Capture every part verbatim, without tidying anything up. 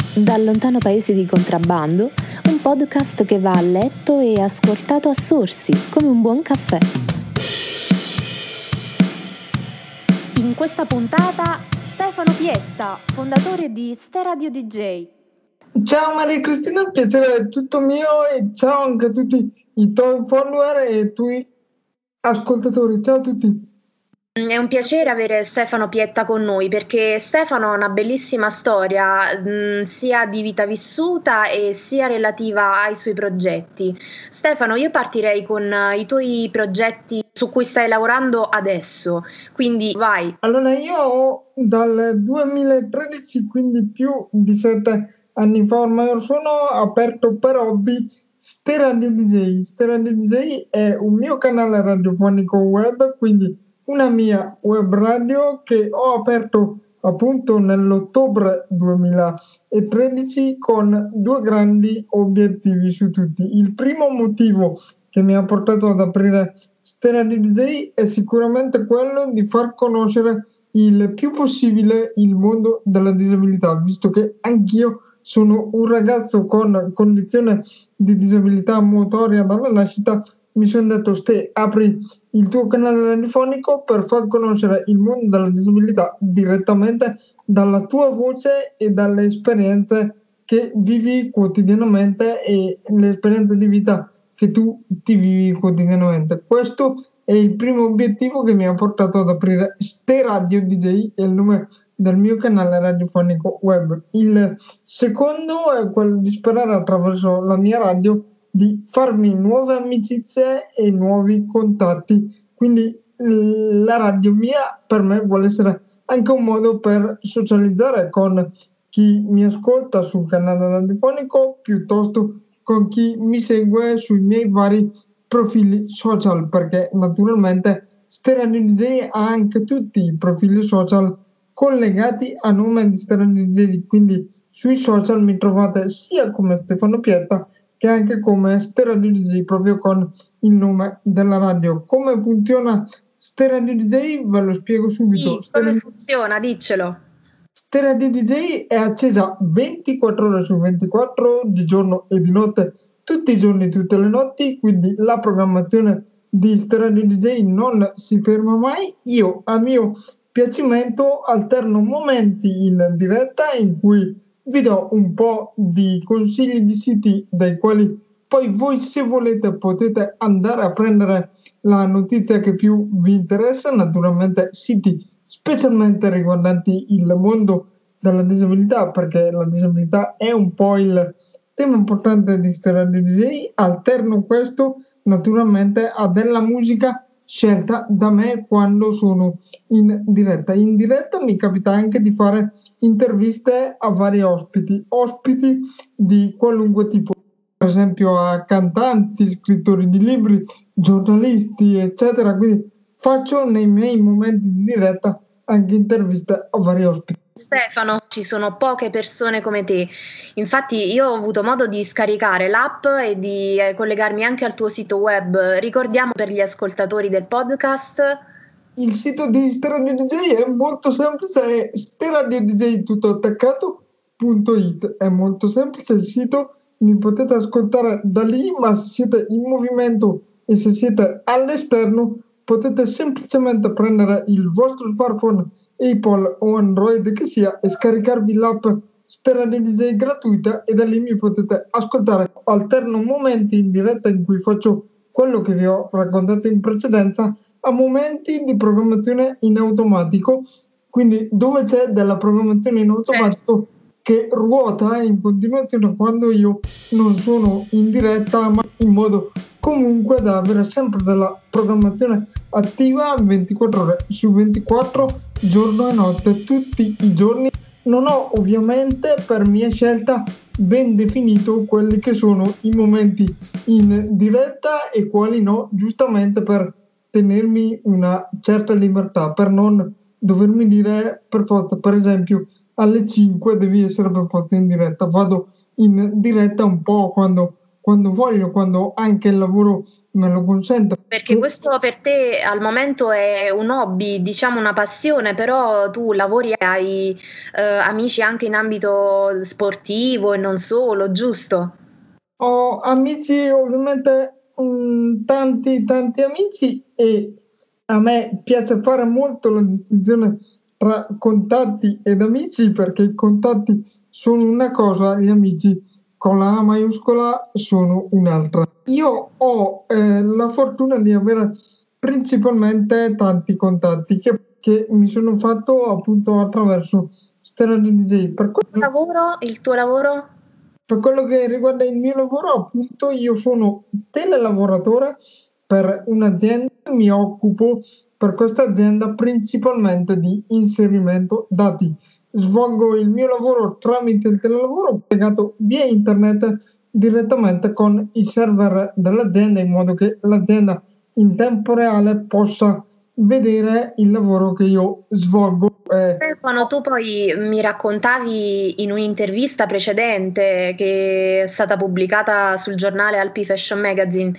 Dal lontano paese di contrabbando, un podcast che va a letto e ascoltato a sorsi, come un buon caffè. In questa puntata, Stefano Pietta, fondatore di Ste Radio D J. Ciao Maria Cristina, il piacere è tutto mio e ciao anche a tutti i tuoi follower e i tuoi ascoltatori. Ciao a tutti. È un piacere avere Stefano Pietta con noi perché Stefano ha una bellissima storia mh, sia di vita vissuta e sia relativa ai suoi progetti. Stefano, io partirei con uh, i tuoi progetti su cui stai lavorando adesso, quindi vai. Allora io ho dal duemilatredici, quindi più di sette anni fa ormai, sono aperto per hobby Ste Radio D J. Ste Radio D J è un mio canale radiofonico web, quindi una mia web radio che ho aperto appunto nell'ottobre duemilatredici con due grandi obiettivi su tutti. Il primo motivo che mi ha portato ad aprire Ste Radio D J è sicuramente quello di far conoscere il più possibile il mondo della disabilità, visto che anch'io sono un ragazzo con condizione di disabilità motoria dalla nascita. Mi sono detto, Ste, apri il tuo canale radiofonico per far conoscere il mondo della disabilità direttamente dalla tua voce e dalle esperienze che vivi quotidianamente e le esperienze di vita che tu ti vivi quotidianamente. Questo è il primo obiettivo che mi ha portato ad aprire Ste Radio D J, è il nome del mio canale radiofonico web. Il secondo è quello di sperare attraverso la mia radio di farmi nuove amicizie e nuovi contatti. Quindi la radio mia per me vuole essere anche un modo per socializzare con chi mi ascolta sul canale radiofonico piuttosto con chi mi segue sui miei vari profili social, perché naturalmente Ste Radio D J ha anche tutti i profili social collegati a nome di Ste Radio D J, quindi sui social mi trovate sia come Stefano Pietta che anche come Ste Radio D J, proprio con il nome della radio. Come funziona Ste Radio D J? Ve lo spiego subito. Sì, come Radio... funziona? Diccelo. Ste Radio D J è accesa ventiquattro ore su ventiquattro, di giorno e di notte, tutti i giorni, tutte le notti, quindi la programmazione di Ste Radio D J non si ferma mai. Io, a mio piacimento, alterno momenti in diretta in cui vi do un po' di consigli di siti dai quali poi voi, se volete, potete andare a prendere la notizia che più vi interessa, naturalmente siti specialmente riguardanti il mondo della disabilità, perché la disabilità è un po' il tema importante di Ste Radio D J. Alterno questo naturalmente a della musica scelta da me quando sono in diretta. In diretta mi capita anche di fare interviste a vari ospiti, ospiti di qualunque tipo, per esempio a cantanti, scrittori di libri, giornalisti, eccetera. Quindi faccio nei miei momenti di diretta anche interviste a vari ospiti. Stefano, ci sono poche persone come te, infatti io ho avuto modo di scaricare l'app e di eh, collegarmi anche al tuo sito web. Ricordiamo per gli ascoltatori del podcast. Il sito di Ste Radio D J è molto semplice, è ste radio d j tutto attaccato punto it, è molto semplice il sito, mi potete ascoltare da lì, ma se siete in movimento e se siete all'esterno potete semplicemente prendere il vostro smartphone Apple o Android che sia e scaricarvi l'app Ste Radio D J gratuita e da lì mi potete ascoltare. Alterno momenti in diretta in cui faccio quello che vi ho raccontato in precedenza a momenti di programmazione in automatico, quindi dove c'è della programmazione in automatico che ruota in continuazione quando io non sono in diretta, ma in modo comunque da avere sempre della programmazione attiva ventiquattro ore su ventiquattro, giorno e notte, tutti i giorni. Non ho ovviamente per mia scelta ben definito quelli che sono i momenti in diretta e quali no, giustamente per tenermi una certa libertà, per non dovermi dire per forza, per esempio alle cinque devi essere per forza in diretta. Vado in diretta un po' quando quando voglio, quando anche il lavoro me lo consente. Perché questo per te al momento è un hobby, diciamo una passione, però tu lavori, hai eh, amici anche in ambito sportivo e non solo, giusto? Ho amici, ovviamente, mh, tanti, tanti amici, e a me piace fare molto la distinzione tra contatti ed amici, perché i contatti sono una cosa, gli amici con la A maiuscola sono un'altra. Io ho eh, la fortuna di avere principalmente tanti contatti che, che mi sono fatto appunto attraverso Stella di D J. Per Il tuo quello, lavoro? Il tuo lavoro? per quello che riguarda il mio lavoro, appunto, io sono telelavoratore per un'azienda, mi occupo per questa azienda principalmente di inserimento dati. Svolgo il mio lavoro tramite il telelavoro collegato via internet direttamente con i server dell'azienda, in modo che l'azienda in tempo reale possa vedere il lavoro che io svolgo. Eh, Stefano, tu poi mi raccontavi in un'intervista precedente che è stata pubblicata sul giornale Alpi Fashion Magazine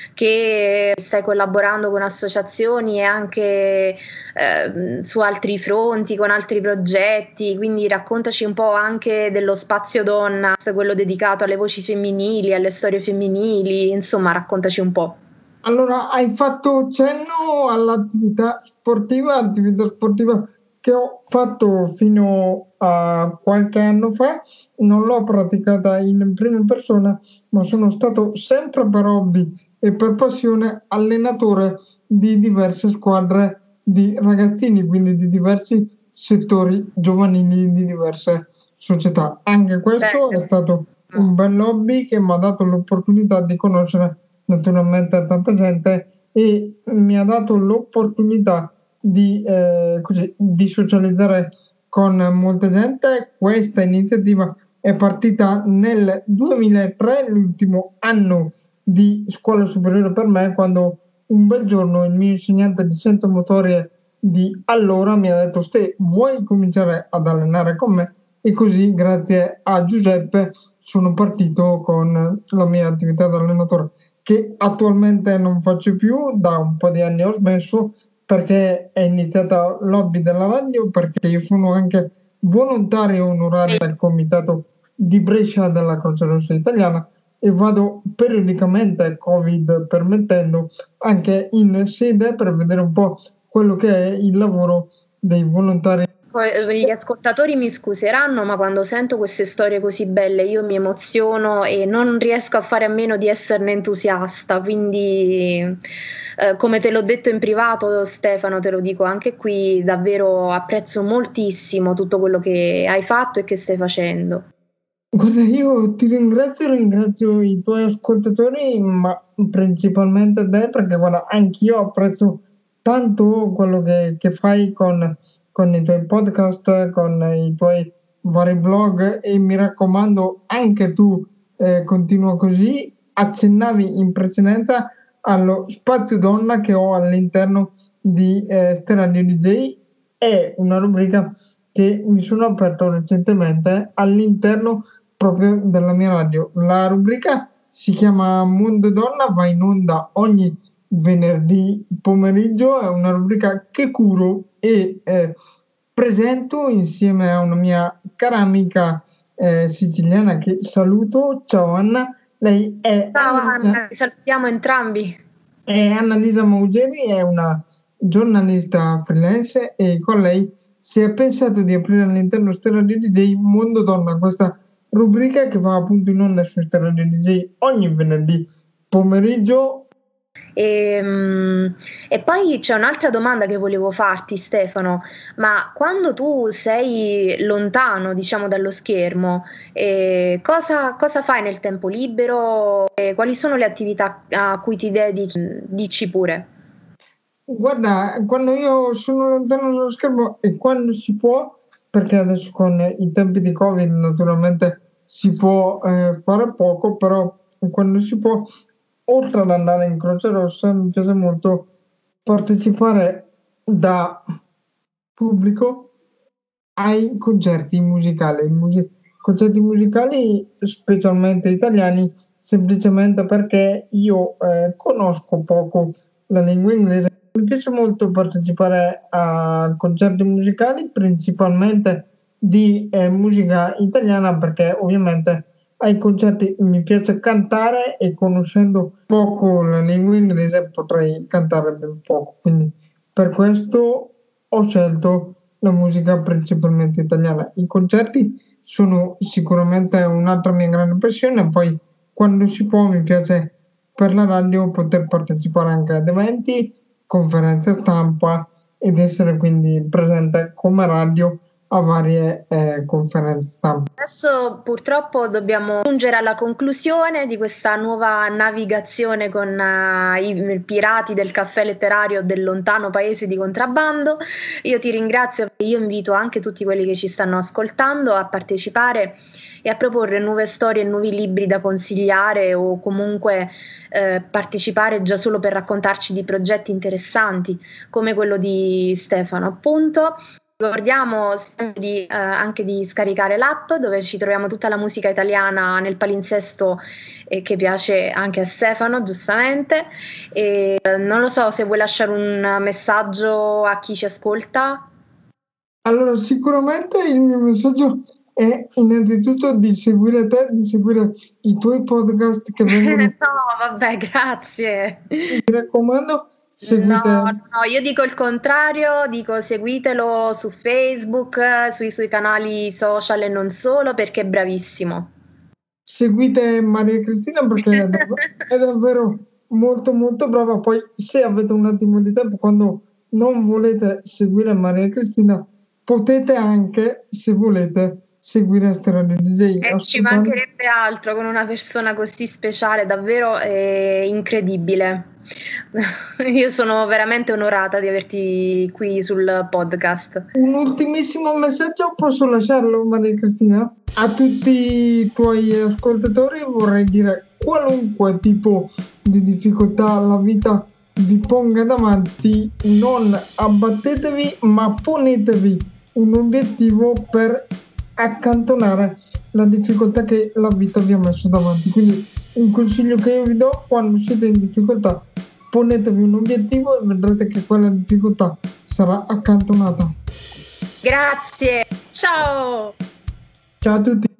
che stai collaborando con associazioni e anche eh, su altri fronti, con altri progetti, quindi raccontaci un po' anche dello spazio donna, quello dedicato alle voci femminili, alle storie femminili, insomma raccontaci un po'. Allora, hai fatto cenno all'attività sportiva, attività sportiva che ho fatto fino a qualche anno fa. Non l'ho praticata in prima persona, ma sono stato sempre per hobby e per passione allenatore di diverse squadre di ragazzini, quindi di diversi settori giovanili di diverse società. Anche questo Beh, è stato un bel hobby che mi ha dato l'opportunità di conoscere naturalmente tanta gente e mi ha dato l'opportunità di, eh, così, di socializzare con molta gente. Questa iniziativa è partita nel duemilatré, l'ultimo anno di scuola superiore per me, quando un bel giorno il mio insegnante di scienze motorie di allora mi ha detto: Ste, vuoi cominciare ad allenare con me? E così, grazie a Giuseppe, sono partito con la mia attività da allenatore, che attualmente non faccio più, da un po' di anni ho smesso perché è iniziata l'hobby della radio, perché io sono anche volontario onorario del comitato di Brescia della Croce Rossa Italiana e vado periodicamente, Covid permettendo, anche in sede per vedere un po' quello che è il lavoro dei volontari. Gli ascoltatori mi scuseranno, ma quando sento queste storie così belle io mi emoziono e non riesco a fare a meno di esserne entusiasta, quindi eh, come te l'ho detto in privato, Stefano, te lo dico anche qui, davvero apprezzo moltissimo tutto quello che hai fatto e che stai facendo. Guarda, io ti ringrazio, ringrazio i tuoi ascoltatori, ma principalmente te, perché guarda, anch'io apprezzo tanto quello che, che fai con, con i tuoi podcast, con i tuoi vari blog, e mi raccomando anche tu eh, continua così. Accennavi in precedenza allo spazio donna che ho all'interno di eh, Stella D J, è una rubrica che mi sono aperto recentemente all'interno proprio della mia radio. La rubrica si chiama Mondo Donna, va in onda ogni venerdì pomeriggio, è una rubrica che curo e eh, presento insieme a una mia cara amica eh, siciliana che saluto. Ciao Anna, lei è Ciao Annalisa, Anna, ti salutiamo entrambi. è Annalisa Maugeri, è una giornalista freelance e con lei si è pensato di aprire all'interno Stella di D J Mondo Donna, questa rubrica che va appunto in onda su Stella di D J ogni venerdì pomeriggio. E, um, e poi c'è un'altra domanda che volevo farti, Stefano, ma quando tu sei lontano, diciamo, dallo schermo, eh, cosa, cosa fai nel tempo libero? E quali sono le attività a cui ti dedichi? Dici pure. Guarda, quando io sono lontano dallo schermo e quando si può, perché adesso con i tempi di Covid naturalmente si può eh, fare poco, però quando si può, oltre ad andare in Croce Rossa, mi piace molto partecipare da pubblico ai concerti musicali. I musi- concerti musicali, specialmente italiani, semplicemente perché io eh, conosco poco la lingua inglese. Mi piace molto partecipare a concerti musicali, principalmente di eh, musica italiana, perché ovviamente ai concerti mi piace cantare e conoscendo poco la lingua inglese potrei cantare ben poco. Quindi per questo ho scelto la musica principalmente italiana. I concerti sono sicuramente un'altra mia grande passione, poi quando si può mi piace per la radio poter partecipare anche ad eventi, conferenze stampa ed essere quindi presente come radio a varie eh, conferenze stampa. Adesso purtroppo dobbiamo giungere alla conclusione di questa nuova navigazione con uh, i pirati del caffè letterario del lontano paese di contrabbando. Io ti ringrazio e io invito anche tutti quelli che ci stanno ascoltando a partecipare e a proporre nuove storie e nuovi libri da consigliare o comunque eh, partecipare già solo per raccontarci di progetti interessanti come quello di Stefano, appunto. Ricordiamo di, eh, anche di scaricare l'app dove ci troviamo tutta la musica italiana nel palinsesto eh, che piace anche a Stefano, giustamente. E, eh, non lo so se vuoi lasciare un messaggio a chi ci ascolta. Allora, sicuramente il mio messaggio è innanzitutto di seguire te, di seguire i tuoi podcast che vengono. No, vabbè, grazie. Mi raccomando. Seguite... No, no, io dico il contrario, dico seguitelo su Facebook, sui suoi canali social e non solo, perché è bravissimo. Seguite Maria Cristina perché è, dav- è davvero molto molto brava. Poi se avete un attimo di tempo, quando non volete seguire Maria Cristina, potete anche, se volete, seguire Stereo D J. E ci mancherebbe altro con una persona così speciale, davvero eh, incredibile. Io sono veramente onorata di averti qui sul podcast. Un ultimissimo messaggio posso lasciarlo, Maria Cristina? A tutti i tuoi ascoltatori vorrei dire: qualunque tipo di difficoltà la vita vi ponga davanti, non abbattetevi, ma ponetevi un obiettivo per accantonare la difficoltà che la vita vi ha messo davanti. Quindi un consiglio che io vi do: quando siete in difficoltà, ponetevi un obiettivo e vedrete che quella difficoltà sarà accantonata. Grazie, ciao! Ciao a tutti!